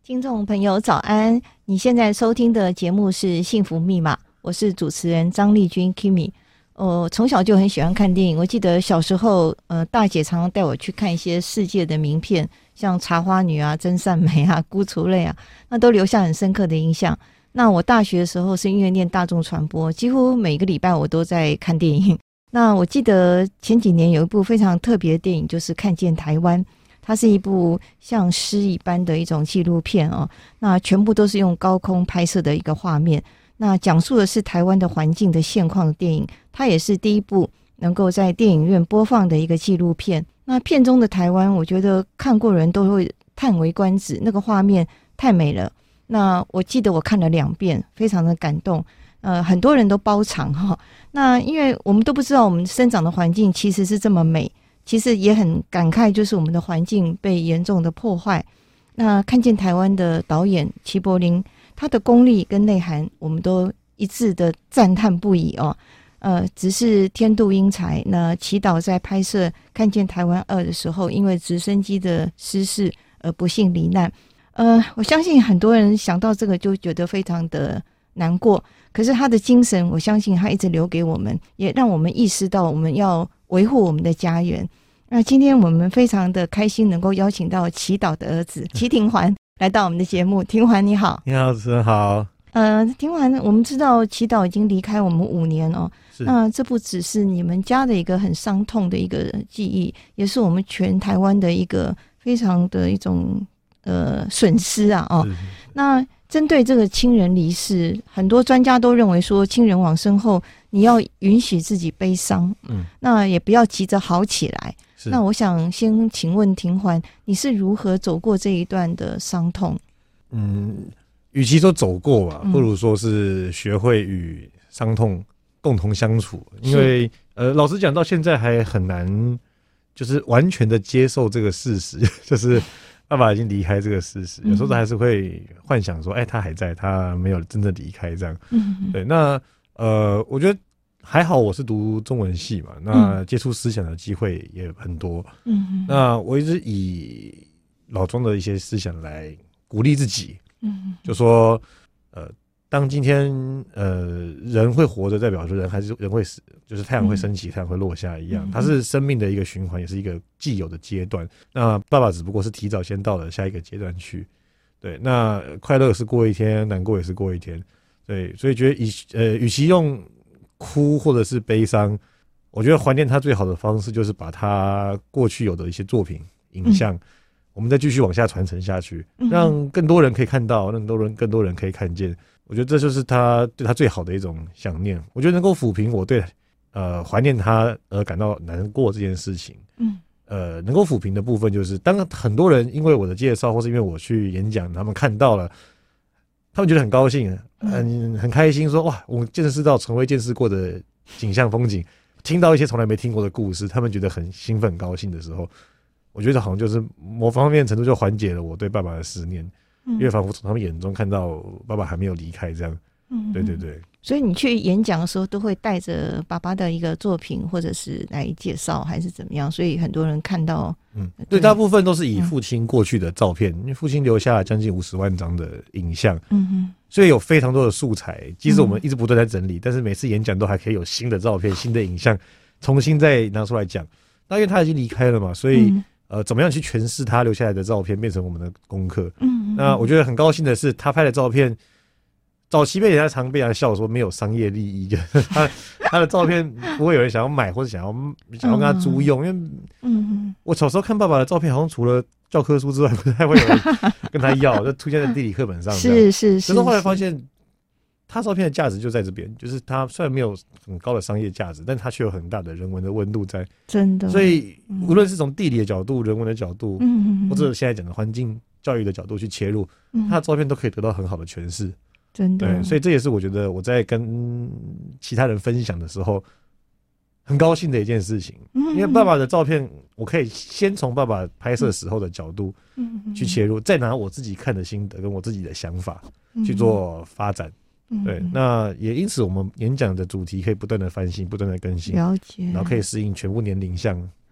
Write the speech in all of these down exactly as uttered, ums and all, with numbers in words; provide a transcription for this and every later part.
听众朋友早安，你现在收听的节目是幸福密码，我是主持人张丽君 Kimi。我从小就很喜欢看电影，我记得小时候呃，大姐常常带我去看一些世界的名片，像茶花女啊、真善美啊、孤雏泪啊，那都留下很深刻的印象。那我大学的时候是因为念大众传播，几乎每个礼拜我都在看电影。那我记得前几年有一部非常特别的电影，就是《看见台湾》，它是一部像诗一般的一种纪录片哦，那全部都是用高空拍摄的一个画面，那讲述的是台湾的环境的现况的电影，它也是第一部能够在电影院播放的一个纪录片。那片中的台湾，我觉得看过人都会叹为观止，那个画面太美了。那我记得我看了两遍，非常的感动。呃，很多人都包场哈。那因为我们都不知道我们生长的环境其实是这么美，其实也很感慨，就是我们的环境被严重的破坏。那看见台湾的导演齐柏林，他的功力跟内涵，我们都一致的赞叹不已哦。呃，只是天妒英才，那祈祷在拍摄《看见台湾二》的时候，因为直升机的失事而不幸罹难。呃，我相信很多人想到这个就觉得非常的难过，可是他的精神，我相信他一直留给我们，也让我们意识到我们要维护我们的家园。那今天我们非常的开心能够邀请到祈祷的儿子齐廷桓来到我们的节目。廷桓你好。 你好，主持人好。 呃，廷桓，我们知道祈祷已经离开我们五年哦，那这不只是你们家的一个很伤痛的一个记忆，也是我们全台湾的一个非常的一种呃损失啊哦。那针对这个亲人离世，很多专家都认为说，亲人往生后，你要允许自己悲伤，嗯，那也不要急着好起来。那我想先请问廷桓，你是如何走过这一段的伤痛？ 嗯，与其说走过吧，不如说是学会与伤痛共同相处。因为呃，老实讲，到现在还很难，就是完全的接受这个事实，就是爸爸已经离开这个事实。有时候还是会幻想说，哎、欸，他还在，他没有真的离开这样。嗯，对。那呃，我觉得还好，我是读中文系嘛，那接触思想的机会也很多。嗯，那我一直以老庄的一些思想来鼓励自己。嗯，就说呃，当今天呃人会活着，代表说人还是人会死，就是太阳会升起，太阳会落下一样，它是生命的一个循环，也是一个既有的阶段。那爸爸只不过是提早先到了下一个阶段去。对，那快乐是过一天，难过也是过一天。对，所以觉得以呃，与其用哭或者是悲伤，我觉得怀念他最好的方式就是把他过去有的一些作品影像、嗯、我们再继续往下传承下去，让更多人可以看到，让更多人更多人可以看见。我觉得这就是他对他最好的一种想念。我觉得能够抚平我对呃怀念他而感到难过这件事情。嗯，呃，能够抚平的部分就是，当很多人因为我的介绍，或是因为我去演讲，他们看到了，他们觉得很高兴，很很开心说，哇，我们见识到从未见识过的景象风景，听到一些从来没听过的故事，他们觉得很兴奋很高兴的时候，我觉得好像就是某方面程度就缓解了我对爸爸的思念，因为仿佛从他们眼中看到爸爸还没有离开这样。嗯，对对对。 所以你去演讲的时候都会带着爸爸的一个作品或者是来介绍还是怎么样，所以很多人看到。 嗯，对，大部分都是以父亲过去的照片，因为父亲留下了将近五十万张的影像。嗯哼，所以有非常多的素材，即使我们一直不断在整理、嗯、但是每次演讲都还可以有新的照片新的影像重新再拿出来讲。那因为他已经离开了嘛，所以、嗯、呃，怎么样去诠释他留下来的照片变成我们的功课。嗯，那我觉得很高兴的是他拍的照片早期被人家常被人家笑说没有商业利益，就是他他的照片不会有人想要买或者想要想要跟他租用，因为嗯，我小时候看爸爸的照片，好像除了教科书之外，不太会有人跟他要，就出现在地理课本上。 是是是。 可是后来发现，他照片的价值就在这边，就是他虽然没有很高的商业价值，但他却有很大的人文的温度在。 真的。 所以无论是从地理的角度、人文的角度，嗯，或者现在讲的环境教育的角度去切入，他的照片都可以得到很好的诠释。 真的， 对，所以这也是我觉得我在跟其他人分享的时候很高兴的一件事情。嗯，因为爸爸的照片，我可以先从爸爸拍摄时候的角度去切入，嗯，再拿我自己看的心得跟我自己的想法去做发展。嗯，对，那也因此我们演讲的主题可以不断的翻新，不断的更新， 了解， 然后可以适应全部年龄向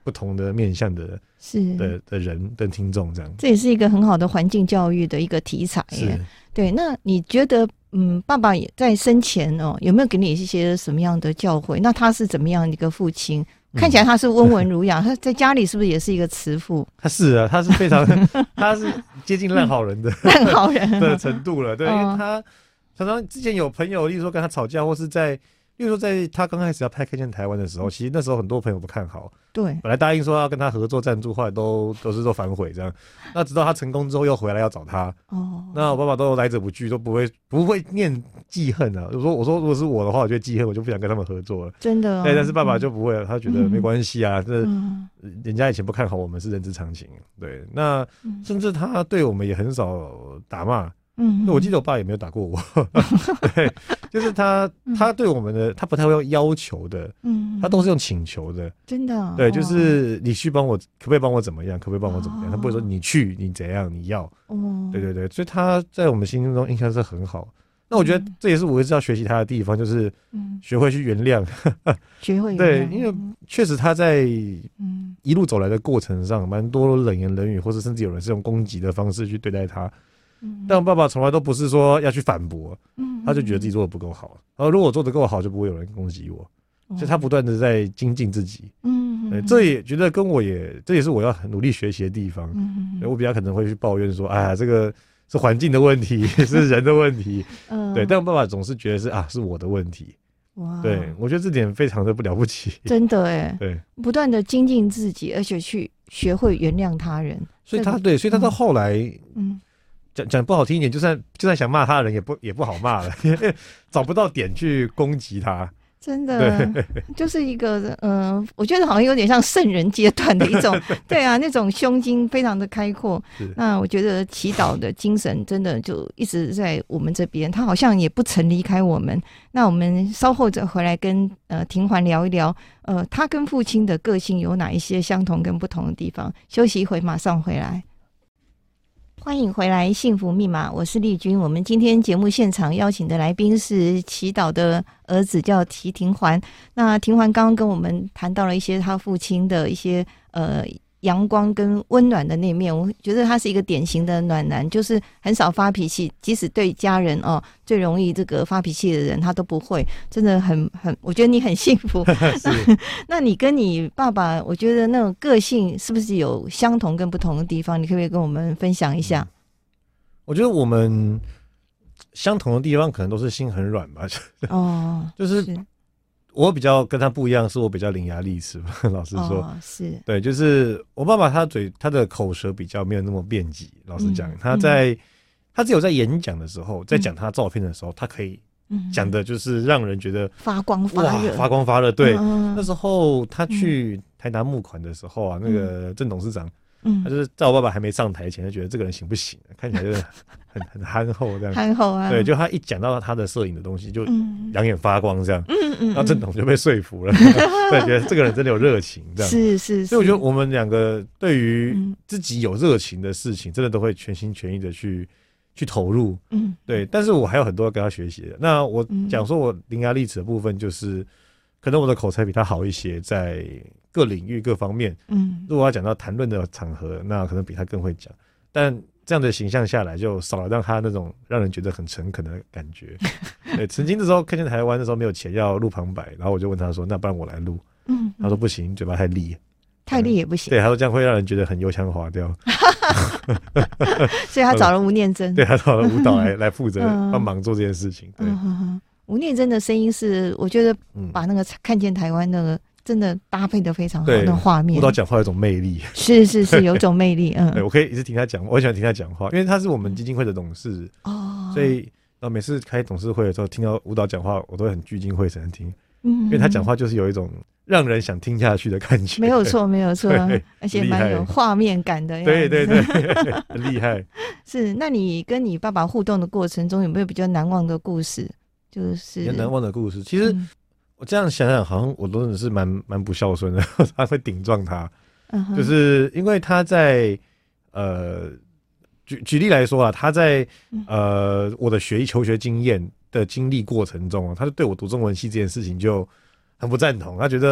不同的面向的是的的人跟听众这样。 这也是一个很好的环境教育的一个题材耶。对，那你觉得嗯，爸爸也在生前哦，有没有给你一些什么样的教诲？那他是怎么样的一个父亲？看起来他是温文儒雅，嗯、他在家里是不是也是一个慈父？ 他是啊，他是非常，他是接近烂好人的烂好人的程度了。对， 哦、 因为他常常之前有朋友，例如说跟他吵架，或是在，例如说在他刚开始要拍《看见台湾》的时候，其实那时候很多朋友不看好。 对， 本来答应说要跟他合作赞助，后来都都是都反悔这样。那直到他成功之后又回来要找他，哦，那我爸爸都来者不拒，都不会不会念记恨啊。我说我说如果是我的话，我觉得记恨，我就不想跟他们合作了。 真的、哦， 对，但是爸爸就不会了，他觉得没关系啊，这、 嗯、 人家以前不看好我们是人之常情。对，那、嗯、甚至他对我们也很少打骂。嗯，我记得我爸也没有打过我。对，就是他他对我们的他不太会用要求的，嗯，他都是用请求的， 真的。 对，就是你去帮我，可不可以帮我怎么样？可不可以帮我怎么样？他不会说你去，你怎样，你要。哦，对对对，所以他在我们心中印象是很好。那我觉得这也是我一直要学习他的地方，就是学会去原谅， 学会原谅。 对，因为确实他在一路走来的过程上，蛮多冷言冷语，或者甚至有人是用攻击的方式去对待他。但我爸爸从来都不是说要去反驳，他就觉得自己做的不够好，然后如果我做的够好，就不会有人攻击我，所以他不断的在精进自己。嗯，对，这也觉得跟我也，这也是我要很努力学习的地方。嗯，我比较可能会去抱怨说，哎呀，这个是环境的问题，是人的问题。嗯，对，但我爸爸总是觉得是啊，是我的问题。哇，对，我觉得这点非常的不了不起。 真的哎， 对， 不断的精进自己，而且去学会原谅他人。 所以他对，所以他到后来，嗯。讲讲不好听一点，就算就算想骂他的人也不也不好骂了，因为找不到点去攻击他。 真的，就是一个嗯、呃，我觉得好像有点像圣人阶段的一种，对啊，那种胸襟非常的开阔。那我觉得祈祷的精神真的就一直在我们这边，他好像也不曾离开我们。那我们稍后再回来跟呃庭环聊一聊，呃，他跟父亲的个性有哪一些相同跟不同的地方？休息一会，马上回来。欢迎回来幸福密码，我是丽君。我们今天节目现场邀请的来宾是祈祷的儿子，叫齐庭环。那庭环刚刚跟我们谈到了一些他父亲的一些呃阳光跟温暖的那面，我觉得他是一个典型的暖男，就是很少发脾气，即使对家人哦最容易这个发脾气的人他都不会，真的很很，我觉得你很幸福。那, 那你跟你爸爸，我觉得那种个性是不是有相同跟不同的地方？你可不可以跟我们分享一下？嗯、 我觉得我们相同的地方可能都是心很软吧。哦，就是我比较跟他不一样，是我比较伶牙俐齿吧。老实说，哦、是对，就是我爸爸他嘴他的口舌比较没有那么辩捷。老实讲，嗯、他在、嗯、他只有在演讲的时候，在讲他照片的时候，他可以讲的就是让人觉得发光发热， 发光发热。对，嗯、那时候他去台南募款的时候啊，那个郑董事长。嗯，他就是在我爸爸还没上台前就觉得这个人行不行，看起来就是很很憨厚这样。 憨厚啊， 对，就他一讲到他的摄影的东西，就两眼发光这样。嗯嗯，然后郑董就被说服了，对，觉得这个人真的有热情这样。 是是是。 所以我觉得我们两个对于自己有热情的事情，真的都会全心全意的去去投入。嗯，对。但是我还有很多要跟他学习的。那我讲说我伶牙俐齿的部分，就是可能我的口才比他好一些，在各领域各方面，嗯，如果要讲到谈论的场合，那可能比他更会讲。但这样的形象下来，就少了让他那种让人觉得很诚恳的感觉。对，曾经的时候看见台湾的时候没有钱要录旁白，然后我就问他说：“那不然我来录？”嗯，他说：“不行，嘴巴太利， 太利也不行。” 对，他说这样会让人觉得很油腔滑调。 所以他找了吴念真， 对他找了舞蹈来来负责帮忙做这件事情。对， 嗯、吴念真的声音是，我觉得把那个看见台湾那个。真的搭配的非常好，那个画面。 舞蹈讲话有种魅力， 是是是，有种魅力。嗯， 对，我可以一直听他讲，我很喜欢听他讲话，因为他是我们基金会的董事哦，所以然后每次开董事会的时候，听到舞蹈讲话，我都会很聚精会神的听，嗯，因为他讲话就是有一种让人想听下去的感觉。 没有错，没有错，而且蛮有画面感的。 对对对，很厉害。 是，那你跟你爸爸互动的过程中，有没有比较难忘的故事？就是比较难忘的故事，其实。嗯我这样想想，好像我真的是蛮蛮不孝顺的，他会顶撞他，嗯、就是因为他在呃举举例来说啊，他在呃我的学求学经验的经历过程中啊，他就对我读中文系这件事情就很不赞同，他觉得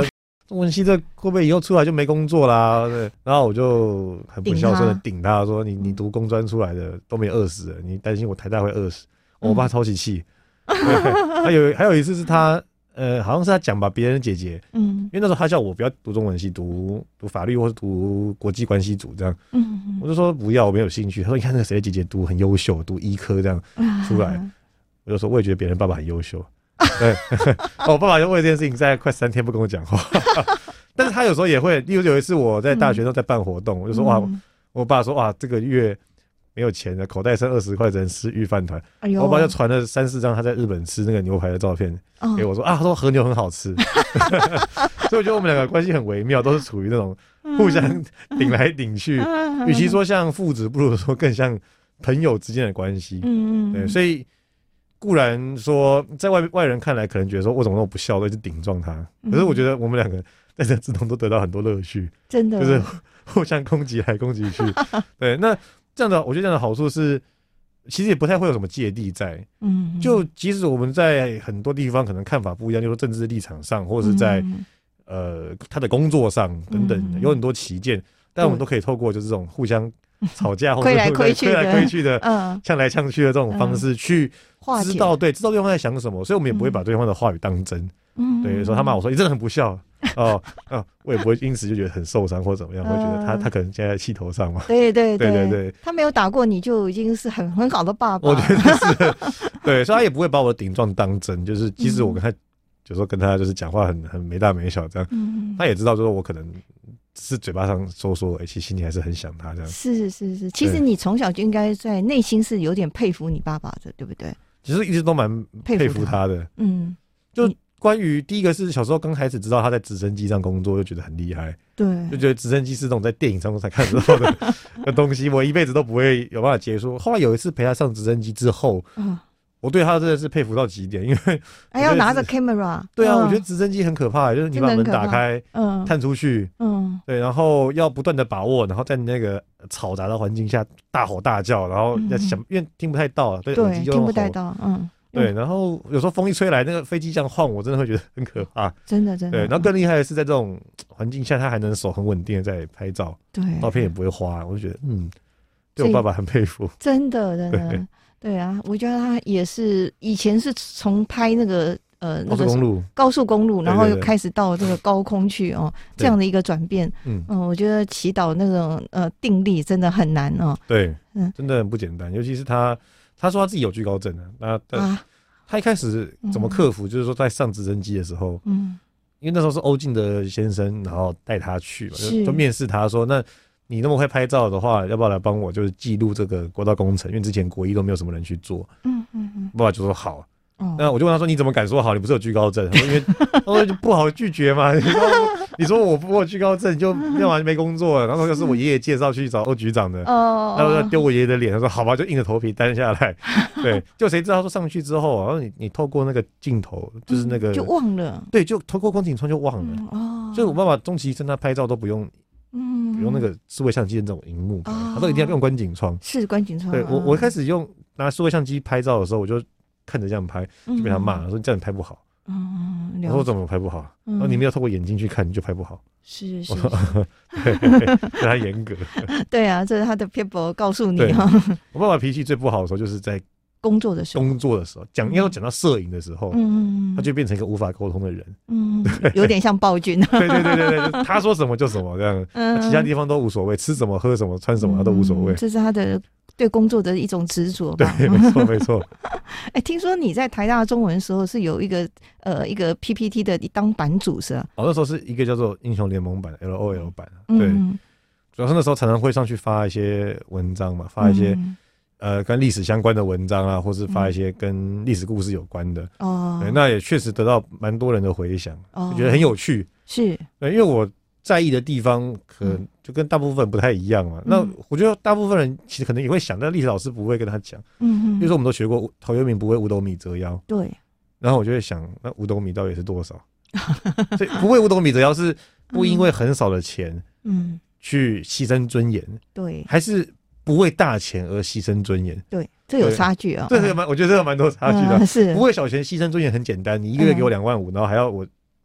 中文系这会不会以后出来就没工作啦？对，然后我就很不孝顺的顶他说：“你你读工专出来的都没饿死了，你担心我台大会饿死？”嗯、我爸超级气。还有还有一次是他呃，好像是他讲吧，别人的姐姐，嗯，因为那时候他叫我不要读中文系，读读法律或是读国际关系组这样，嗯，我就说不要，我没有兴趣。他说你看那个谁的姐姐读很优秀，读医科这样出来，啊、我就说我也觉得别人爸爸很优秀。对，我爸爸就为这件事情在快三天不跟我讲话，但是他有时候也会，例如有一次我在大学时候在办活动，嗯、我就说哇，我爸说哇这个月没有钱了，口袋剩二十块，只能吃御饭团。哎、我爸就传了三四张他在日本吃那个牛排的照片给我说、哦、啊，他说和牛很好吃，所以我觉得我们两个关系很微妙，都是处于那种互相顶来顶去，与、嗯、其说像父子，不如说更像朋友之间的关系。嗯对，所以。固然说，在外外人看来，可能觉得说我怎么那么不孝，都一直顶撞他。可是我觉得我们两个在这之中都得到很多乐趣， 真的， 就是互相攻击来攻击去。对，那这样的，我觉得这样的好处是，其实也不太会有什么芥蒂在。嗯，就即使我们在很多地方可能看法不一样，就是政治立场上，或者是在、嗯、呃他的工作上等等，嗯、有很多歧见，但我们都可以透过就是这种互相吵架或者亏来亏去的、 亏来亏去的、嗯、呛来呛去的这种方式去。知道对，知道对方在想什么，所以我们也不会把对方的话语当真。嗯，对，说他骂我说你真的很不孝哦，啊，我也不会因此就觉得很受伤或怎么样，会觉得他他可能现在气头上嘛。 对对对对对， 他没有打过你就已经是很很好的爸爸。 我觉得是，对，所以他也不会把我的顶撞当真，就是即使我跟他有时候跟他就是讲话很很没大没小这样，嗯，他也知道就是我可能。是嘴巴上说说，而且心里还是很想他这样。 是是是，其实你从小就应该在内心是有点佩服你爸爸的，对不对？ 其实一直都蛮佩服他的。嗯，就关于第一个是小时候刚开始知道他在直升机上工作，就觉得很厉害。 对， 就觉得直升机是那种在电影上才看得到的的东西，我一辈子都不会有办法接触。后来有一次陪他上直升机之后，嗯。我对他真的是佩服到极点，因为还要拿着 camera。对啊，嗯、我觉得直升机很可怕，就是你把门打开，嗯，探出去，嗯，对，然后要不断的把握，然后在那个嘈杂的环境下大吼大叫，然后要想，嗯、因为听不太到，对，耳机就听不太到，嗯， 对，然后有时候风一吹来，那个飞机这样晃，我真的会觉得很可怕， 真的真的。 对，然后更厉害的是在这种环境下，他还能手很稳定的在拍照， 对， 照片也不会花，我就觉得，嗯，对我爸爸很佩服， 真的真的。对啊，我觉得他也是以前是从拍那个呃那个高速公路， 高速公路，然后又开始到这个高空去哦，这样的一个转变。嗯嗯，我觉得祈祷那种呃定力真的很难哦。 对，嗯，真的很不简单，尤其是他，他说他自己有惧高症的，那啊，他一开始怎么克服？嗯、就是说在上直升机的时候，嗯，因为那时候是欧进的先生，然后带他去嘛，就, 就面试他说那。你那么会拍照的话，要不要来帮我就是记录这个国道工程？因为之前国一都没有什么人去做。嗯嗯嗯。爸爸就说好。哦。那我就问他说：“你怎么敢说好？你不是有惧高症？”他说：“因为他说就不好拒绝嘛。你说你说我我有惧高症，就要么就没工作了。然后又是我爷爷介绍去找欧局长的。哦。然后丢我爷爷的脸，他说好吧，就硬着头皮担下来。对。就谁知道说上去之后，然后你你透过那个镜头，就是那个、 嗯、就忘了。对， 就透过光景窗就忘了。嗯、哦。所以我爸爸终其一生他拍照都不用。嗯，用那个数位相机的这种萤幕，哦、他都一定要用观景窗。 是观景窗。 对我，我一开始用拿数位相机拍照的时候，我就看着这样拍，就被他骂，说你这样拍不好。嗯，我说怎么拍不好？嗯、然后你没有透过眼睛去看，你就拍不好。 是是， 对，对他严格。 对啊，这是他的撇步告诉你哈。 我爸爸脾气最不好的时候，就是在。 工作的时候， 工作的时候讲，应该说讲到摄影的时候，嗯，他就变成一个无法沟通的人， 嗯，有点像暴君。 对对对对对，他说什么就什么这样，嗯，其他地方都无所谓，吃什么喝什么穿什么他都无所谓， 这是他的对工作的一种执着吧。 对，没错没错。 哎，听说你在台大中文的时候是有一个呃一个 P P T 的当版主是吧？ 哦，那时候是一个叫做英雄联盟版 L O L 版，对，嗯、主要是那时候常常会上去发一些文章嘛，发一些。嗯呃，跟历史相关的文章啊，或是发一些跟历史故事有关的哦、嗯，那也确实得到蛮多人的回响，哦，就觉得很有趣。 是， 对，因为我在意的地方可能就跟大部分人不太一样嘛。嗯、那我觉得大部分人其实可能也会想，但历史老师不会跟他讲。嗯，比如说我们都学过陶渊明不为五斗米折腰， 对。 然后我就会想，那五斗米到底是多少？所以不为五斗米折腰是不因为很少的钱，嗯，去牺牲尊严， 对， 还是？不为大钱而牺牲尊严， 对，这有差距啊、哦。 对，这个蛮，我觉得这个蛮多差距的。 嗯、是不为小钱牺牲尊严很简单，你一个月给我两万五，然后还要我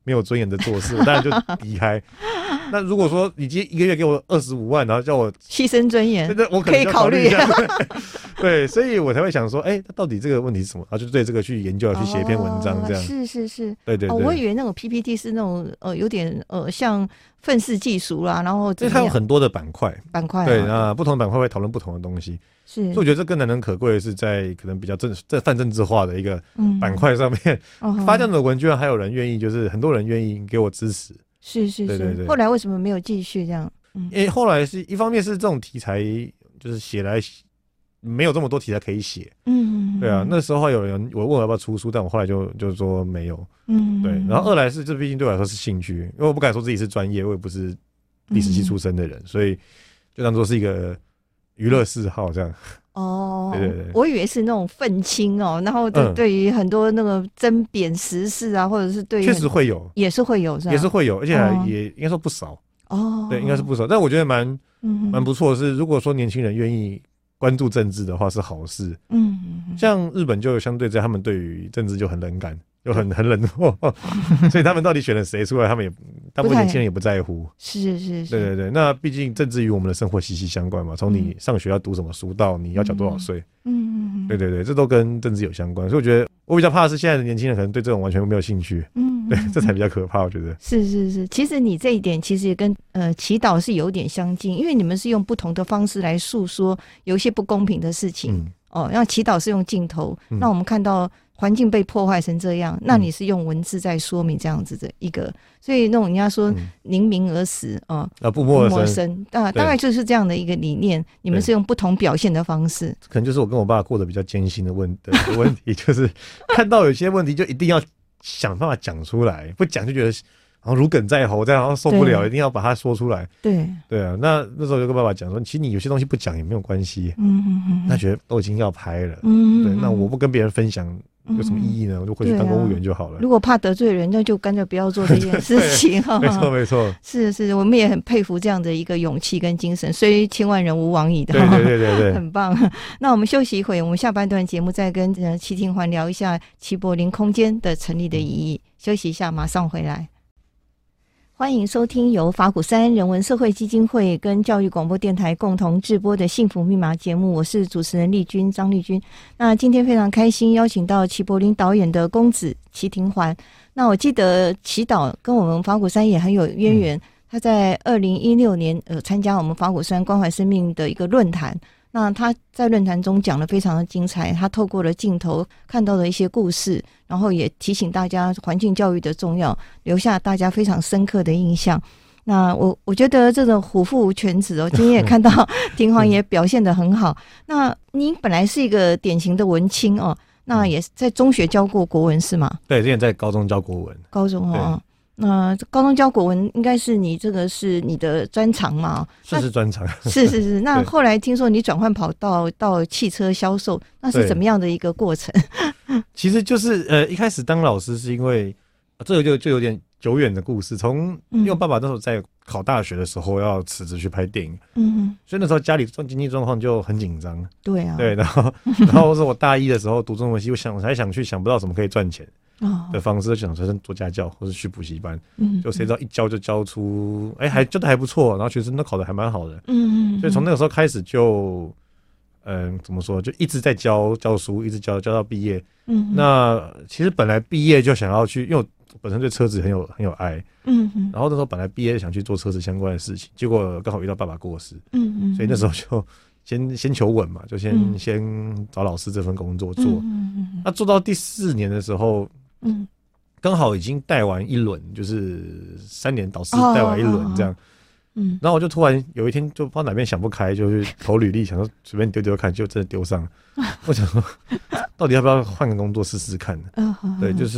没有尊严的做事，我当然就离开。那如果说你今天一个月给我二十五万，然后叫我牺牲尊严， 我可以考虑一下。 对，所以我才会想说，哎、欸，到底这个问题是什么？然后就对这个去研究，去写一篇文章，这样、哦。 是是是， 对对对。哦、 我以为那种 P P T 是那种呃有点呃像愤世嫉俗啦，然后因为它有很多的板块， 板块、啊、 对啊，不同的板块会讨论不同的东西。 是， 所以我觉得这更难能可贵的是在可能比较政在泛政治化的一个板块上面、嗯、发这样的文，居然还有人愿意，就是很多人愿意给我支持。 是是是， 对对对。 后来为什么没有继续这样？ 嗯，因为后来是一方面是这种题材就是写来没有这么多题材可以写，嗯，对啊，那时候有人我问我要不要出书，但我后来就就说没有，嗯，对。然后二来是这毕竟对我来说是兴趣，因为我不敢说自己是专业，我也不是历史系出身的人，嗯、所以就当做是一个娱乐嗜好这样。 哦， 对对对， 我以为是那种愤青哦，然后对对于很多那个争辩时事啊，或者是对于确实会有， 也是会有， 也是会有，而且也应该说不少哦，对，应该是不少。但我觉得蛮蛮不错的是，如果说年轻人愿意关注政治的话，是好事。嗯，像日本就相对在他们对于政治就很冷感。就很很冷漠，所以他们到底选了谁出来，他们也大部分年轻人也不在乎。 是是是， 对对对。那毕竟政治与我们的生活息息相关嘛，从你上学要读什么书到你要缴多少税，嗯嗯嗯，对对对，这都跟政治有相关。所以我觉得我比较怕的是现在的年轻人可能对这种完全没有兴趣，嗯，对，这才比较可怕。我觉得是是是，其实你这一点其实也跟呃祈祷是有点相近，因为你们是用不同的方式来诉说有一些不公平的事情。嗯哦，然后祈祷是用镜头，嗯、让我们看到环境被破坏成这样，嗯、那你是用文字在说明这样子的一个，所以那种人家说宁鸣而死啊， 啊不默而生， 啊大概就是这样的一个理念。你们是用不同表现的方式， 可能就是我跟我爸过得比较艰辛的问的问题，就是看到有些问题就一定要想办法讲出来，不讲就觉得。然后如鲠在喉，这样然后受不了，一定要把它说出来。对对啊，那那时候就跟爸爸讲说，其实你有些东西不讲也没有关系。嗯嗯嗯。他觉得都已经要拍了，嗯对，那我不跟别人分享有什么意义呢？我就回去当公务员就好了。 如果怕得罪人，那就干脆不要做这件事情。 没错没错。 是是，我们也很佩服这样的一个勇气跟精神，虽千万人吾往矣的。 对对对对对， 很棒。那我们休息一会，我们下半段节目再跟呃戚廷桓聊一下齐柏林空间的成立的意义。休息一下，马上回来。欢迎收听由法鼓山人文社会基金会跟教育广播电台共同制播的幸福密码节目，我是主持人丽君张丽君。那今天非常开心邀请到齐柏林导演的公子齐廷桓。那我记得齐导跟我们法鼓山也很有渊源，嗯、他在二零一六年呃参加我们法鼓山关怀生命的一个论坛。那他在论坛中讲得非常的精彩，他透过了镜头看到了一些故事，然后也提醒大家环境教育的重要，留下大家非常深刻的印象。那我我觉得这种虎父无犬子哦，今天也看到廷桓也表现得很好。那您本来是一个典型的文青哦，那也在中学教过国文是吗？ 对，之前在高中教国文。 高中哦。那高中教国文应该是你这个是你的专长嘛？ 算是专长。 是是是。那后来听说你转换跑道到汽车销售，那是怎么样的一个过程？ 其实就是呃，一开始当老师是因为、呃、这个就就有点久远的故事。从因为爸爸那时候在考大学的时候要辞职去拍电影，嗯，所以那时候家里经济状况就很紧张。 对啊， 对，然后然后是我大一的时候读中文系，我想来想去想不到什么可以赚钱的方式，就想说做家教或是去补习班，嗯，就谁知道一教就教出，哎、欸，还教的还不错，然后学生都考得还蛮好的，嗯，所以从那个时候开始就，嗯、呃，怎么说，就一直在教教书，一直教教到毕业，嗯，那其实本来毕业就想要去，因为我本身对车子很有很有爱，嗯，然后那时候本来毕业想去做车子相关的事情，结果刚好遇到爸爸过世，嗯嗯，所以那时候就。先先求稳嘛，就先、嗯、先找老师这份工作做。那、嗯嗯啊、做到第四年的时候，嗯，刚好已经带完一轮，就是三年导师带完一轮这样。哦、嗯，然后我就突然有一天就不知道哪边想不开，就去投履历，想说随便丢丢看，就真的丢上了。我想说，到底要不要换个工作试试看？哦、对，就是，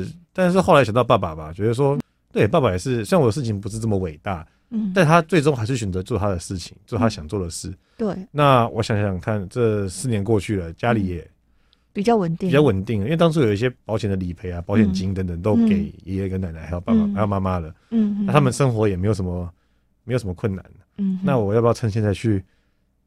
但是后来想到爸爸吧，觉得说，对，爸爸也是，虽然我的事情不是这么伟大。嗯，但他最终还是选择做他的事情，做他想做的事。嗯、对，那我想想看，这四年过去了，家里也比较稳定， 比较稳定。因为当初有一些保险的理赔啊、保险金等等，都给爷爷跟奶奶还有爸爸、嗯、还有妈妈了。嗯，那他们生活也没有什么没有什么困难。嗯，那我要不要趁现在去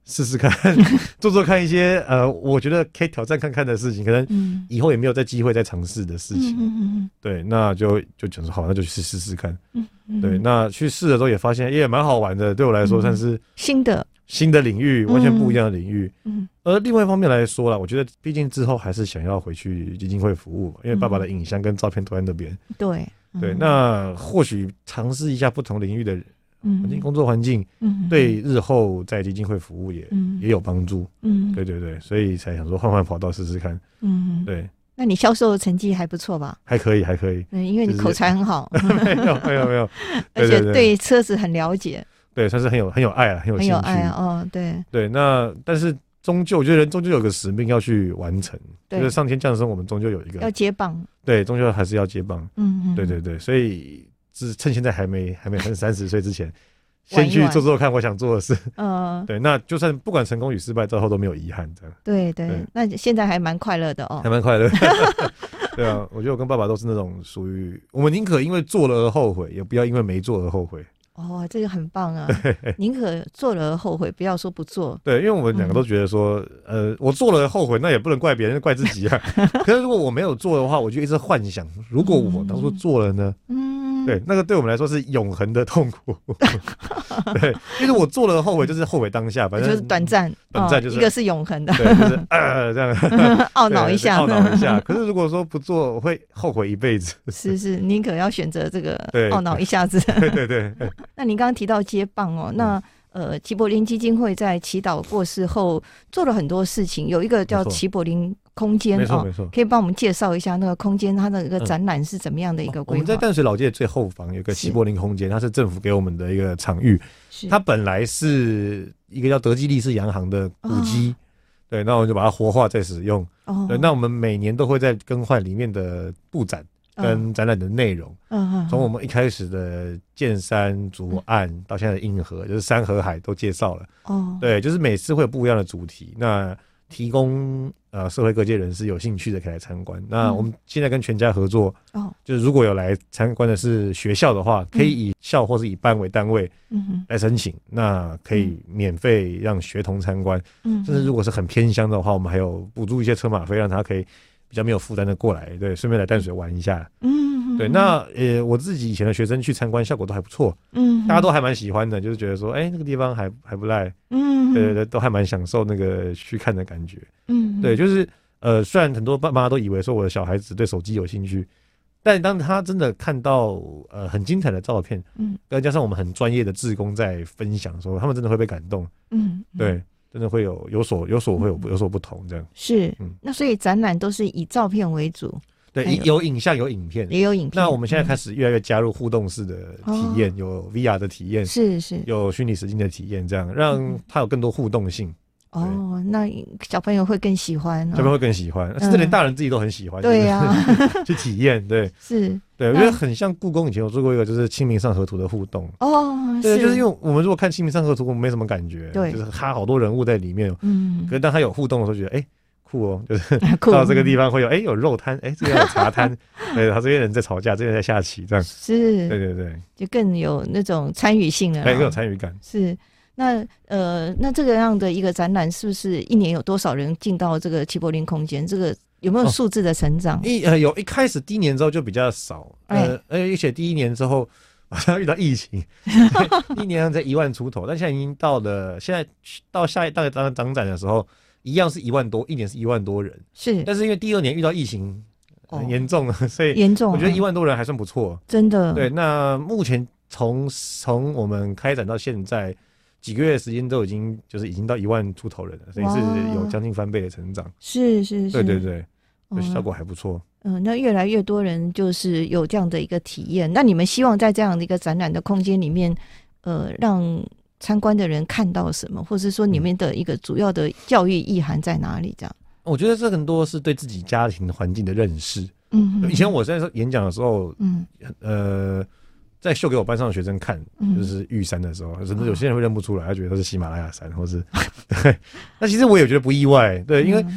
试试看，做做看一些呃，我觉得可以挑战看看的事情，可能以后也没有再机会再尝试的事情。嗯、对，那就就讲说好，那就去试试看。嗯嗯、对，那去试的时候也发现也蛮好玩的，对我来说算是、嗯、 新的新的领域，完全不一样的领域。嗯，而另外一方面来说啦，我觉得毕竟之后还是想要回去基金会服务，因为爸爸的影像跟照片都在那边。 对、 嗯、对，那或许尝试一下不同领域的人。环境工作环境，嗯，对日后在基金会服务也、嗯、也有帮助，嗯，对对对，所以才想说换换跑道试试看，嗯，对。 那你销售的成绩还不错吧？ 还可以，还可以， 嗯，因为你口才很好， 没有没有没有， 而且对车子很了解， 对，算是很有很有爱啊，很有兴趣， 很有爱啊，哦，对对。 那但是终究，我觉得人终究有个使命要去完成，就是上天降生，我们终究有一个要接棒， 对，终究还是要接棒，嗯嗯，对对对，所以。是趁现在还没还没三十岁之前，先去做做看我想做的事。嗯，对，那就算不管成功与失败，最后都没有遗憾，这样。 对 对, 对，那现在还蛮快乐的哦， 还蛮快乐。对啊，我觉得我跟爸爸都是那种属于我们宁可因为做了而后悔，也不要因为没做而后悔。 哦，这个很棒啊！宁可做了而后悔，不要说不做。 对，因为我们两个都觉得说，嗯、呃，我做了而后悔，那也不能怪别人，怪自己啊。可是如果我没有做的话，我就一直幻想，如果我当初做了呢？嗯，对，那个对我们来说是永恒的痛苦。对，因为我做了后悔，就是后悔当下，反正就是短暂， 短暂就是、 哦、一个是永恒的， 对，就是呃这样懊恼一下， 懊恼一下。可是如果说不做，我会后悔一辈子。 是是，宁可要选择这个懊恼一下子。 对对 对, 对。 那您刚刚提到接棒哦，那呃，齐柏林基金会在祈祷过世后做了很多事情，有一个叫齐柏林空间哦，可以帮我们介绍一下那个空间，它的一个展览是怎么样的一个规划？ 我们在淡水老街最后方有个齐柏林空间，它是政府给我们的一个场域，它本来是一个叫德基利士洋行的古迹，哦、对，那我们就把它活化再使用。哦，对，那我们每年都会在更换里面的布展。跟展览的内容，嗯，从我们一开始的剑山、竹岸到现在的硬河，就是山河海都介绍了。哦，对，就是每次会有不一样的主题，那提供呃社会各界人士有兴趣的可以来参观。那我们现在跟全家合作，哦，就是如果有来参观的是学校的话，可以以校或是以班为单位，嗯，来申请，那可以免费让学童参观。嗯，甚至如果是很偏乡的话，我们还有补助一些车马费，让他可以。比较没有负担的过来，对，顺便来淡水玩一下，嗯，对，那呃，我自己以前的学生去参观，效果都还不错，嗯，大家都还蛮喜欢的，就是觉得说，哎、欸，那个地方还还不赖，嗯，对对对，都还蛮享受那个去看的感觉，嗯，对，就是呃，虽然很多爸妈都以为说我的小孩子对手机有兴趣，但当他真的看到呃很精彩的照片，嗯，再加上我们很专业的志工在分享的时候，他们真的会被感动，嗯，对。真的会有有所有所会有有所不同，这样是，嗯，那所以展览都是以照片为主， 对，有, 有影像有影片， 也有影片。 那我们现在开始越来越加入互动式的体验，嗯、有 V R 的体验， 是是， 有虚拟实境的体验，这样让它有更多互动性。 哦，那小朋友会更喜欢，哦， 小朋友会更喜欢，甚至连大人自己都很喜欢。 对呀， 啊，去体验，对， 是， 对，我觉得很像故宫以前有做过一个就是《清明上河图》的互动。哦，对，就是因为我们如果看《清明上河图》，我们没什么感觉，对，就是它好多人物在里面，嗯，可是当它有互动的时候，觉得哎。欸酷哦，就是到这个地方会有哎、欸、有肉摊，哎、欸、这边有茶摊，对，他这边人在吵架，这边在下棋，这样是， 对对对， 就更有那种参与性了， 更有参与感。 是，那呃，那这个样的一个展览，是不是一年有多少人进到这个齐柏林空间？这个有没有数字的成长？哦、 一呃有，一开始第一年之后就比较少，呃，而且第一年之后马上遇到疫情，一年才一万出头，但现在已经到了，现在到下一大概当展的时候。一样是一万多，一年是一万多人， 是， 但是因为第二年遇到疫情很严重了，哦、所以严重， 我觉得一万多人还算不错， 真的。 对，那目前从从我们开展到现在几个月的时间，都已经就是已经到一万出头人了，所以是有将近翻倍的成长。是是是，对对对，嗯、效果还不错。 嗯，那越来越多人就是有这样的一个体验。那你们希望在这样的一个展览的空间里面，呃，让参观的人看到什么，或者是说你们的一个主要的教育意涵在哪里？这样， 我觉得这很多是对自己家庭环境的认识。嗯，以前我在演讲的时候，嗯，呃，在秀给我班上的学生看，嗯、就是玉山的时候，甚至有些人会认不出来，他觉得它是喜马拉雅山，或是对。那其实我也觉得不意外，对，因为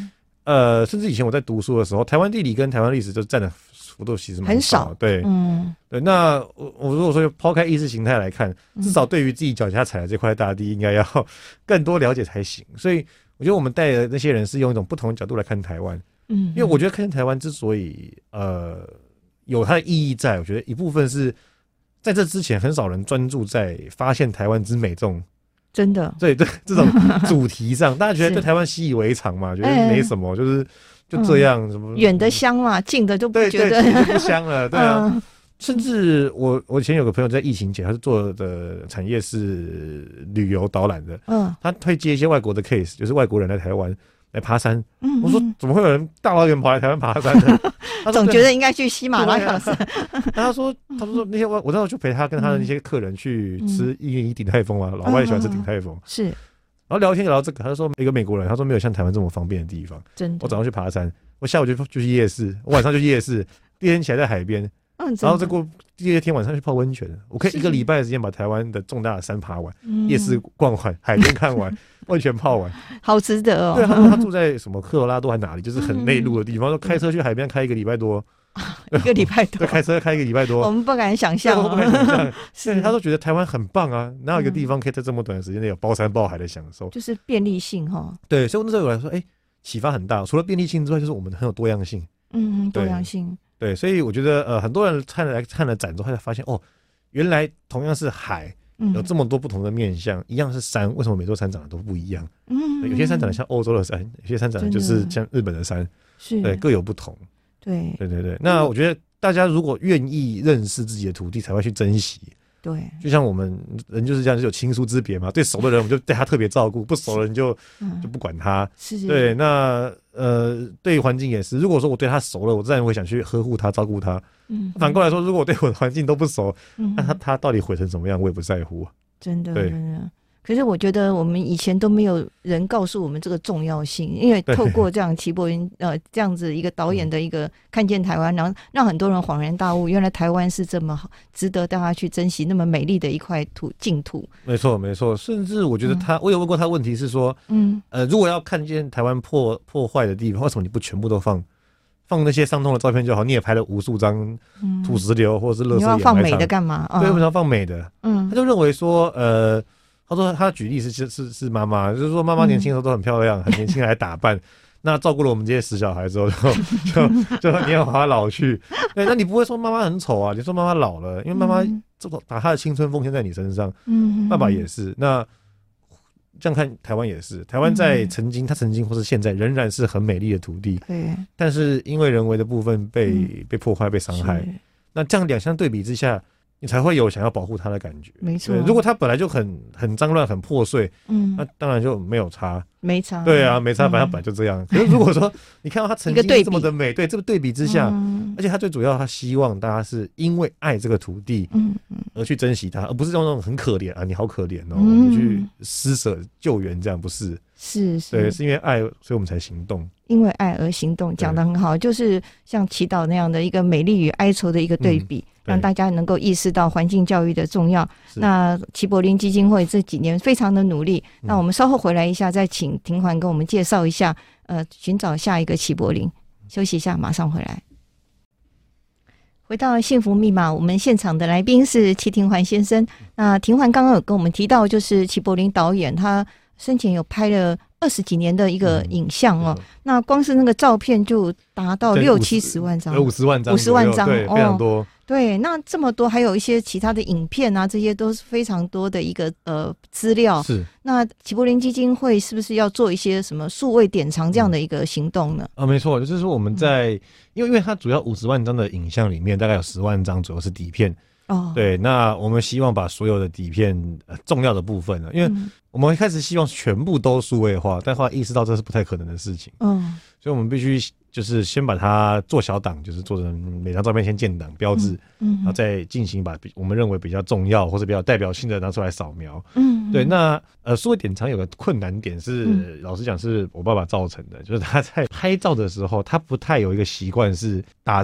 呃，甚至以前我在读书的时候，台湾地理跟台湾历史就占的幅度其实蛮少， 很少， 对， 嗯， 对。那我我如果说抛开意识形态来看，至少对于自己脚下踩的这块大地，应该要更多了解才行。所以我觉得我们带的那些人是用一种不同的角度来看台湾，嗯，因为我觉得看台湾之所以呃有它的意义在，我觉得一部分是在这之前很少人专注在发现台湾之美这种。 真的， 对对，这种主题上，大家觉得对台湾习以为常嘛，觉得没什么，就是就这样，什么远的香嘛，近的就不觉得对对就不香了，对啊。嗯、甚至我我以前有个朋友在疫情前，他是做的产业是旅游导览的，嗯，他会接一些外国的 case， 就是外国人来台湾来爬山，嗯，我说怎么会有人大老远跑来台湾爬山呢？ 他总觉得应该去喜马拉雅山。 他说，他说那些我我那时候就陪他跟他的那些客人去吃一零一鼎泰丰嘛，老外也喜欢吃鼎泰丰， 是。 然后聊天聊到这个，他就说一个美国人，他说没有像台湾这么方便的地方。真的，我早上去爬山，我下午就就去夜市，我晚上就夜市，第二天起来在海边，嗯，然后再过第二天晚上去泡温泉。我可以一个礼拜的时间把台湾的重大的山爬完，夜市逛完，海边看完。温泉泡完， 好值得哦。 对，他说他住在什么科罗拉多还哪里，就是很内陆的地方，说开车去海边开一个礼拜多， 一个礼拜多， 对，开车开一个礼拜多， 我们不敢想象， 我不敢想象。是，他都觉得台湾很棒啊，哪有一个地方可以在这么短的时间内有包山包海的享受？ 就是便利性哈。 对，所以那时候我来说，哎，启发很大。除了便利性之外，就是我们很有多样性。 嗯，多样性。 对，所以我觉得呃，很多人看了来看了展之后，才发现哦，原来同样是海。有这么多不同的面向，一样是山，为什么每座山长得都不一样？嗯，有些山长得像欧洲的山，有些山长得就是像日本的山，是，对，各有不同。对，对对对。那我觉得大家如果愿意认识自己的土地，才会去珍惜。对，就像我们人就是这样，就有亲疏之别嘛。对熟的人，我们就对他特别照顾；不熟的人就就不管他。是是。对，那呃，对环境也是。如果说我对他熟了，我自然会想去呵护他、照顾他。嗯。反过来说，如果我对我的环境都不熟，嗯、那他他到底毁成什么样，我也不在乎。 真的，真的。可是我觉得我们以前都没有人告诉我们这个重要性，因为透过这样齐柏林呃这样子一个导演的一个看见台湾，然后让很多人恍然大悟，原来台湾是这么好，值得大家去珍惜，那么美丽的一块土净土。 没错，没错。甚至我觉得他，嗯、我有问过他问题是说，嗯呃，如果要看见台湾破破坏的地方，为什么你不全部都放？放那些伤痛的照片就好，你也拍了无数张土石流或者是垃圾掩埋场， 你要放美的干嘛？ 对，为什么要放美的？嗯，他就认为说，呃。他说他举例是是是是妈妈，就是说妈妈年轻的时候都很漂亮，嗯、很年轻还打扮，那照顾了我们这些死小孩之后，就就就年华老去。对，那你不会说妈妈很丑啊？你说妈妈老了，因为妈妈这个把她的青春奉献在你身上。嗯，爸爸也是。那这样看台湾也是，台湾在曾经，它曾经或是现在仍然是很美丽的土地。对。但是因为人为的部分被、嗯、被破坏、被伤害，那这样两相对比之下。你才会有想要保护它的感觉，没错。如果它本来就很很脏乱、很破碎，嗯，那当然就没有差， 没差。 对啊，没差，反正本来就这样。嗯、可是如果说你看到它曾经这么的美，对这个对比之下，嗯、而且它最主要，它希望大家是因为爱这个土地，嗯嗯，而去珍惜它，而不是用那种很可怜啊，你好可怜哦，嗯、你去施舍救援，这样不是？是是，对，是因为爱，所以我们才行动。 因为爱而行动，讲得很好，就是像祈祷那样的一个美丽与哀愁的一个对比，嗯、让大家能够意识到环境教育的重要。那齐柏林基金会这几年非常的努力，嗯、那我们稍后回来一下，再请庭环跟我们介绍一下，呃，寻找下一个齐柏林。休息一下，马上回来。回到幸福密码，我们现场的来宾是齐庭环先生。那庭环刚刚有跟我们提到，就是齐柏林导演他生前有拍了二十几年的一个影像哦，嗯、那光是那个照片就达到六七十万张， 五十万张， 五十万张， 对，非常多。 哦、对，那这么多，还有一些其他的影片啊，这些都是非常多的一个呃资料。是，那齐柏林基金会是不是要做一些什么数位典藏这样的一个行动呢？ 啊、嗯，没错，就是说我们在，嗯、因为因为它主要五十万张的影像里面，大概有十万张左右是底片。哦，对，那我们希望把所有的底片、呃、重要的部分呢，因为我们一开始希望全部都数位化，但后来意识到这是不太可能的事情。嗯，所以我们必须就是先把它做小档，就是做成每张照片先建档标志，嗯，然后再进行把我们认为比较重要或者比较代表性的拿出来扫描。嗯，对，那呃，数位典藏有个困难点是，嗯、老实讲是我爸爸造成的，就是他在拍照的时候，他不太有一个习惯是打上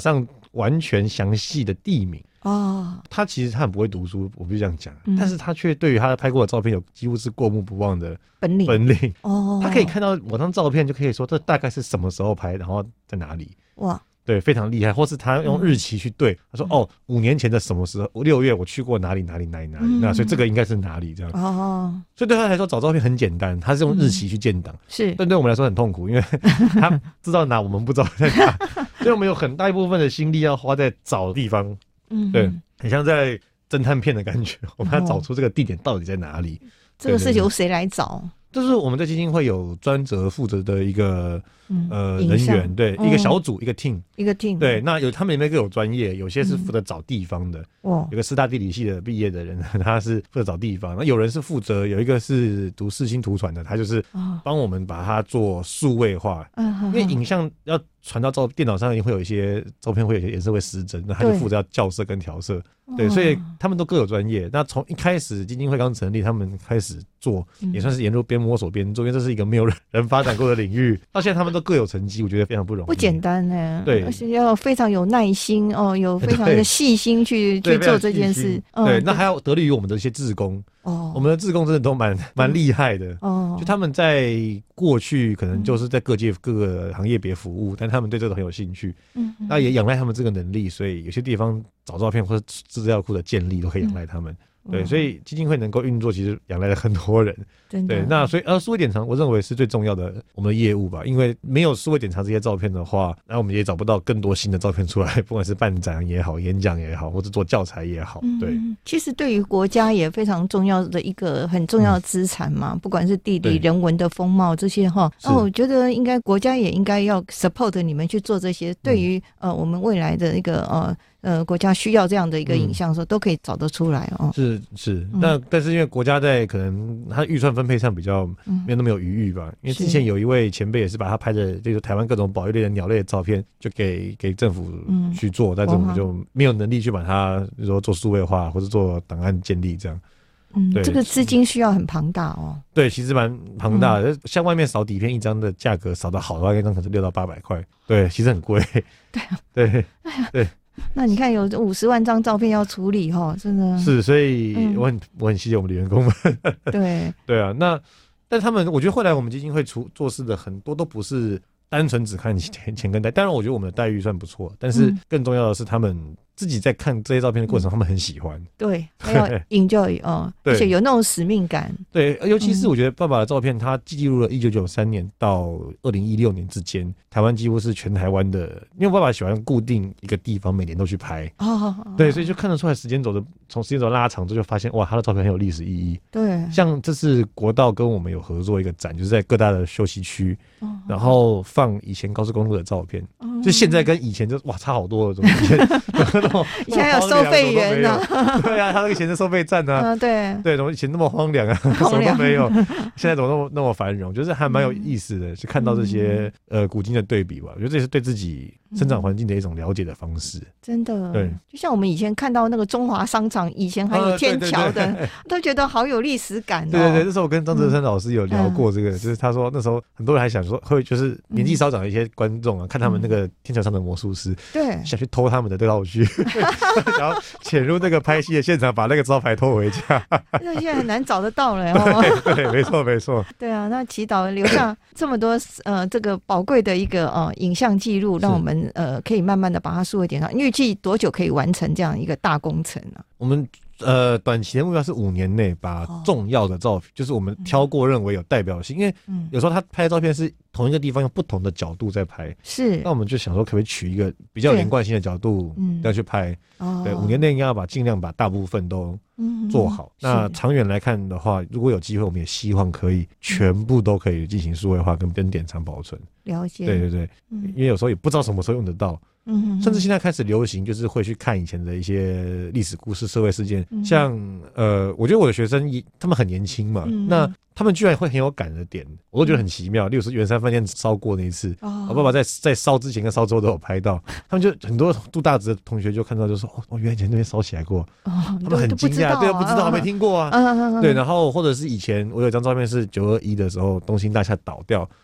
完全详细的地名。哦，他其实他很不会读书，我必须这样讲、嗯，但是他却对于他拍过的照片有几乎是过目不忘的本领。 本领哦， 他可以看到某张照片就可以说这大概是什么时候拍，然后在哪里。哇，对，非常厉害。或是他用日期去对，嗯、他说哦，五年前的什么时候，六月我去过哪里哪里哪里哪里，嗯、那所以这个应该是哪里这样。哦，所以对他来说找照片很简单，他是用日期去建档、嗯，是，但对我们来说很痛苦，因为他知道哪，我们不知道在哪，所以我们有很大一部分的心力要花在找地方。嗯，对，很像在侦探片的感觉，我们要找出这个地点到底在哪里。哦、 这个是由谁来找？ 就是我们在基金会有专责负责的一个、嗯、呃人员，对、嗯，一个小组，一个 team， 一个 team， 对，那有他们里面各有专业，有些是负责找地方的，嗯、有个师大地理系的毕业的人，他是负责找地方，那有人是负责，有一个是读世新图传的，他就是帮我们把它做数位化，哦、因为影像要传到照电脑上，会有一些照片会有一些颜色会失真，那他就负责要校色跟调色，对，所以他们都各有专业。那从一开始基金会刚成立，他们开始做，也算是沿路边摸索边做，因为这是一个没有人发展过的领域，到现在他们都各有成绩，我觉得非常不容易， 不简单呢。 对， 而且要非常有耐心哦，有非常的细心去去做这件事。 对，对，那还要得力于我们的一些志工。哦，我们的志工真的都蛮蛮厉害的哦，就他们在过去可能就是在各界各个行业别服务，但他们对这个很有兴趣，嗯，那也仰赖他们这个能力，所以有些地方找照片或者资料库的建立都可以仰赖他们。嗯、对，所以基金会能够运作，其实仰赖了很多人。对，那所以呃，数位典藏我认为是最重要的我们的业务吧，因为没有数位典藏这些照片的话，那我们也找不到更多新的照片出来，不管是办展也好，演讲也好，或者做教材也好。对， 嗯、其实对于国家也非常重要的一个很重要的资产嘛、嗯，不管是地理、人文的风貌这些哈。那我觉得应该国家也应该要 support 你们去做这些，对于、嗯、呃我们未来的一个呃。呃，国家需要这样的一个影像的时候、嗯，都可以找得出来哦。 是是，那、嗯、但是因为国家在可能它预算分配上比较没有那么有余裕吧、嗯，因为之前有一位前辈也是把他拍的这个台湾各种保育类的鸟类的照片，就给给政府去做、嗯，但是我们就没有能力去把它，比如说做数位化或者做档案建立这样。 嗯，这个资金需要很庞大哦。 对，其实蛮庞大的、嗯，像外面扫底片一张的价格扫得好的话，一张可能是六到八百块。对，其实很贵。 对啊， 对，对。 那你看有五十万张照片要处理哈，真的是，所以我很、嗯、我很谢谢我们的员工们。 对对啊，那但他们我觉得后来我们基金会出做事的很多都不是单纯只看钱钱跟待，当然我觉得我们的待遇算不错，但是更重要的是他们自己在看这些照片的过程、嗯、他们很喜欢， 对，还有 enjoy 哦，而且有那种使命感。 对，尤其是我觉得爸爸的照片，他记录了一九九三年到二零一六年之间，台湾几乎是全台湾的，因为爸爸喜欢固定一个地方，每年都去拍。哦，对，所以就看得出来时间轴的，从时间轴拉长之后，就发现哇，他的照片很有历史意义。 对， 像这次国道跟我们有合作一个展，就是在各大的休息区，哦、然后放以前高速公路的照片，哦、就现在跟以前就哇差好多了，怎么以前以前还有收费员呢、 啊？对啊，他那个以前的收费站呢、啊？ 嗯，对对，怎么以前那么荒凉啊，什么都没有，现在怎么那么那么繁荣？就是还蛮有意思的，就看到这些、嗯、呃古今的对比吧。我觉得这也是对自己生长环境的一种了解的方式。 真的， 对， 就像我们以前看到那个中华商场，以前还有天桥的，呃、对对对都觉得好有历史感、哦。 对对对，那时候我跟张哲生老师有聊过这个，嗯、就是他说那时候很多人还想说会就是年纪稍长的一些观众啊，嗯、看他们那个天桥上的魔术师，对，想去偷他们的道具。然后潜入那个拍戏的现场，把那个招牌偷回家。 那现在很难找得到了哦。 对对，没错没错。 对啊，那祈祷留下这么多呃这个宝贵的一个呃影像记录，让我们呃可以慢慢的把它数位点上。预计多久可以完成这样一个大工程呢、啊？ 我们呃短期的目标是五年内把重要的照片，哦、就是我们挑过认为有代表性，因为有时候他拍的照片是同一个地方用不同的角度在拍，是，那我们就想说可不可以取一个比较有连贯性的角度要去拍。嗯、对，五年内应该要把尽量把大部分都做好。嗯、那长远来看的话，如果有机会，我们也希望可以全部都可以进行数位化跟跟典藏保存。 了解。 对对对，嗯、因为有时候也不知道什么时候用得到。嗯，甚至现在开始流行，就是会去看以前的一些历史故事、社会事件。嗯、像呃，我觉得我的学生也他们很年轻嘛，嗯、那他们居然会很有感的点，我都觉得很奇妙。例如说圆山饭店烧过那一次，哦、我爸爸在在烧之前跟烧之后都有拍到，他们就很多杜大直的同学就看到就说哦，原来以前那边烧起来过，哦、他们很惊讶，对，不知道，还没听过啊。嗯、对，然后或者是以前我有一张照片是九二一的时候东兴大厦倒掉。对，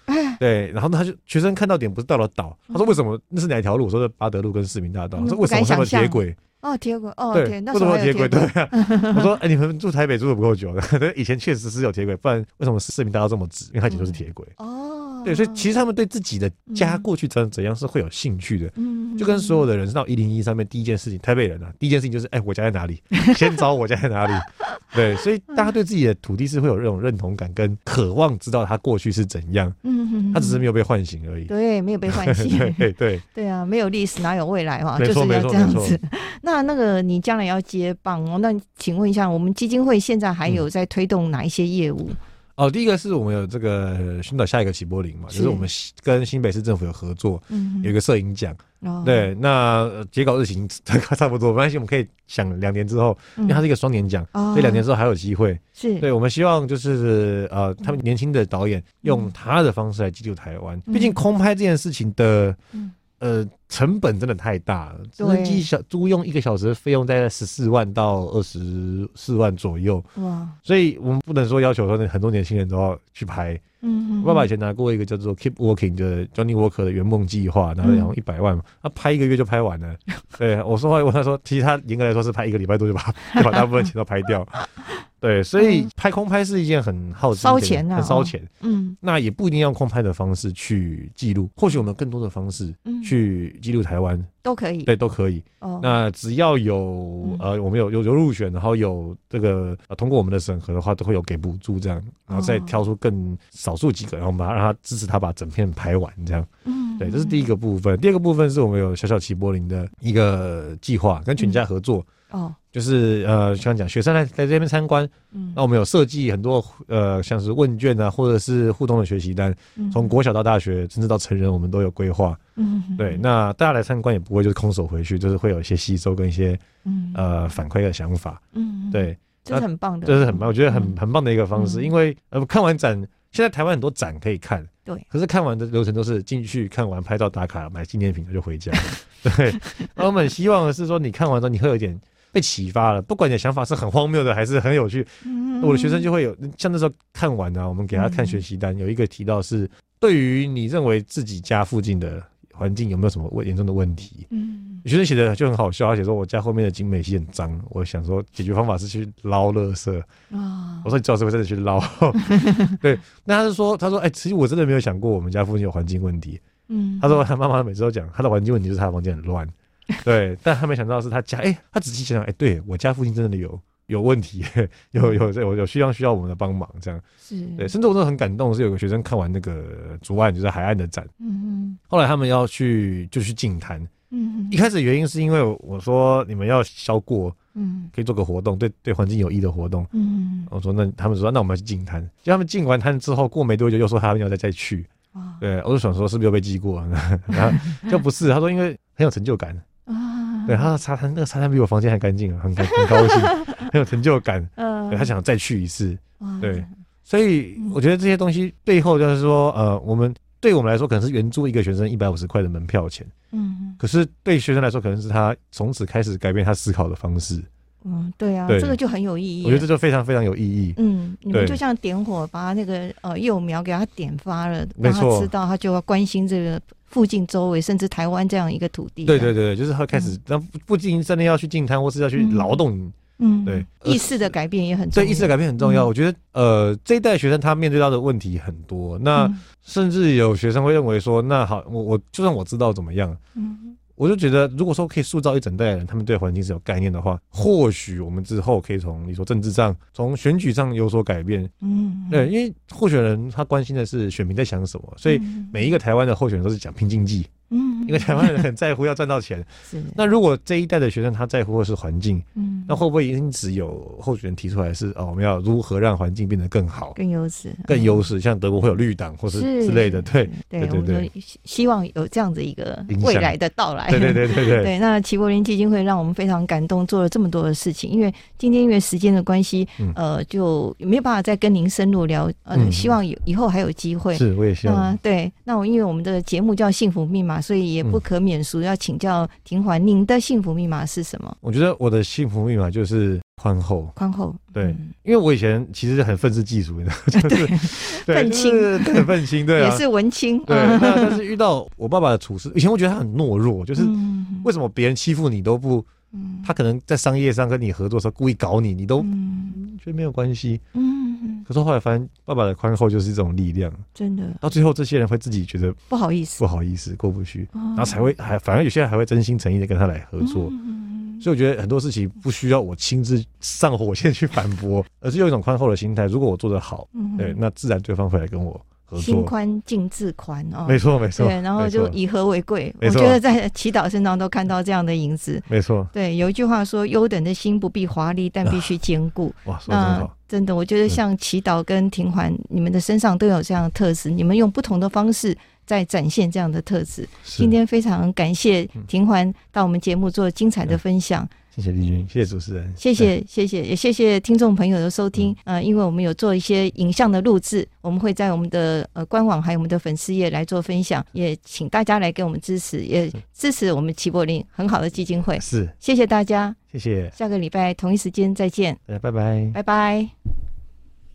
对，然后他就学生看到点不是到了岛，他说为什么那是哪一条路？我说是巴德路跟市民大道。我说为什么上了铁轨？ 哦，铁轨哦， 对，为什么有铁轨？对啊，我说哎，你们住台北住的不够久的，以前确实是有铁轨，不然为什么市民大道这么直？因为它以前就是铁轨。哦，对，所以其实他们对自己的家过去怎怎样是会有兴趣的。嗯，就跟所有的人到一零一上面第一件事情，台北人啊，第一件事情就是哎，我家在哪里？先找我家在哪里？对，所以大家对自己的土地是会有这种认同感跟渴望知道它过去是怎样。嗯，他只是没有被唤醒而已。 对，没有被唤醒。 对对对啊，没有历史哪有未来嘛？就是要这样子。那那个你将来要接棒哦，那请问一下，我们基金会现在还有在推动哪一些业务？ 哦，第一个是我们有这个寻找下一个齐柏林嘛，是就是我们跟新北市政府有合作，嗯、有一个摄影奖。哦、对，那截稿日期差不多，没关系，我们可以想两年之后，因为它是一个双年奖，嗯、所以两年之后还有机会。是，对，我们希望就是呃，他们年轻的导演用他的方式来记录台湾，毕、嗯、竟空拍这件事情的。嗯呃，成本真的太大了，直升机小租用一个小时的费用大概十四万到二十四万左右，哇！所以我们不能说要求说很多年轻人都要去拍。嗯，我爸爸以前拿过一个叫做 Keep Working 的 Johnny Walker 的圆梦计划，拿了然后一百万嘛，他拍一个月就拍完了。对，我说话问他说，其实他严格来说是拍一个礼拜多就把就把大部分钱都拍掉。对，所以拍空拍是一件很耗资、 烧钱啊， 很烧钱。嗯，那也不一定要用空拍的方式去记录，或许我们有更多的方式去记录台湾。都可以，对，都可以。哦，那只要有、嗯、呃，我们有有有入选，然后有这个、呃、通过我们的审核的话，都会有给补助这样，然后再挑出更少数几个，然后把它让他支持他把整片拍完这样。嗯，对，这是第一个部分。第二个部分是我们有小小齐柏林的一个计划，跟全家合作。嗯、哦。就是呃，像讲学生来来这边参观，嗯，那我们有设计很多呃，像是问卷啊，或者是互动的学习单，从国小到大学，甚至到成人，我们都有规划。嗯，对，那大家来参观也不会就是空手回去，就是会有一些吸收跟一些嗯呃反馈的想法。嗯，对， 这是很棒的， 这是很棒，我觉得很很棒的一个方式，因为呃看完展，现在台湾很多展可以看。对，可是看完的流程都是进去看完拍照打卡买纪念品就回家。对，那我们希望的是说，你看完之后你会有一点被启发了，不管你的想法是很荒谬的还是很有趣，嗯、我的学生就会有像那时候看完啊，我们给他看学习单，嗯、有一个提到是对于你认为自己家附近的环境有没有什么严重的问题，嗯，学生写的就很好笑，他写说我家后面的景美溪很脏，我想说解决方法是去捞垃圾，哦、我说你最好是会真的去捞，对，那他是说他说哎、欸，其实我真的没有想过我们家附近有环境问题，嗯，他说他妈妈每次都讲他的环境问题就是他的房间很乱。对，但他没想到是他家，哎、欸，他仔细想想，哎、欸，对我家附近真的有有问题，有有有有需要需要我们的帮忙，这样是，对，甚至我真的很感动，是有个学生看完那个竹岸，就是海岸的展，嗯嗯，后来他们要去就去净滩，嗯，一开始原因是因为我说你们要消过，嗯，可以做个活动，对对环境有益的活动，嗯，我说那他们说那我们要去净滩，就他们净完滩之后，过没多久又说他们要再再去，对，我就想说是不是又被记过，然后就不是，他说因为很有成就感。啊，对，他的沙滩那个沙滩比我房间还干净，很很高兴，很有成就感。嗯，对，他想再去一次。对，所以我觉得这些东西背后就是说，呃，我们对我们来说可能是援助一个学生一百五十块的门票钱，嗯，可是对学生来说可能是他从此开始改变他思考的方式。嗯，对啊，对，这个就很有意义。我觉得这就非常非常有意义。嗯，你们就像点火，把那个呃幼苗给他点发了，让他知道，他就要关心这个附近周围，甚至台湾这样一个土地。对对对，就是他开始，那、嗯、不仅真的要去净滩，或是要去劳动。嗯，对，意识的改变也很重要。对，意识的改变很重要。嗯、我觉得，呃，这一代学生他面对到的问题很多，那、嗯、甚至有学生会认为说，那好，我我就算我知道怎么样，嗯。我就觉得，如果说可以塑造一整代人，他们对环境是有概念的话，或许我们之后可以从你说政治上、从选举上有所改变。嗯，对，因为候选人他关心的是选民在想什么，所以每一个台湾的候选人都是讲拼经济。嗯，因为台湾人很在乎要赚到钱。是。那如果这一代的学生他在乎的是环境，嗯，那会不会因此有候选人提出来是哦，我们要如何让环境变得更好、更优势、更优势？像德国会有绿党或是之类的，对对对对，希望有这样子一个未来的到来。对对对对对。对，那齐柏林基金会让我们非常感动，做了这么多的事情。因为今天因为时间的关系，嗯、呃，就没有办法再跟您深入聊。呃，嗯、希望有以后还有机会。是，我也希望。呃、对，那我因为我们的节目叫幸福密码，所以也不可免俗，要请教庭环，您的幸福密码是什么？我觉得我的幸福密密码就是宽厚， 宽厚， 对， 嗯、 因为我以前其实很愤世嫉俗，你知道，就是对愤青， 就是很愤青，对啊， 也是文青， 对。那但是遇到我爸爸的处事，以前我觉得他很懦弱，就是嗯为什么别人欺负你都不，嗯、他可能在商业上跟你合作的时候故意搞你，你都、嗯、觉得没有关系，嗯。可是后来发现，爸爸的宽厚就是这种力量， 真的。 到最后，这些人会自己觉得不好意思， 不好意思过不去，哦、然后才会还反而有些人还会真心诚意的跟他来合作。嗯、所以我觉得很多事情不需要我亲自上火线去反驳，而是用一种宽厚的心态。如果我做得好，嗯、对，那自然对方会来跟我合作。 心宽尽自宽哦， 没错没错。 对，然后就以和为贵。我觉得在祈祷身上都看到这样的影子。 没错。 对，有一句话说：“优等的心不必华丽，但必须坚固。 啊”哇，说得真好。 真的，我觉得像祈祷跟庭环，你们的身上都有这样的特质，你们用不同的方式在展现这样的特质。今天非常感谢庭环到我们节目做精彩的分享。 谢谢丽君，谢谢主持人， 谢谢谢谢，也谢谢听众朋友的收听。嗯、呃，因为我们有做一些影像的录制，我们会在我们的呃官网还有我们的粉丝页来做分享，也请大家来给我们支持，也支持我们齐柏林很好的基金会。 是， 谢谢大家， 谢谢， 下个礼拜同一时间再见， 大家拜拜， 拜拜。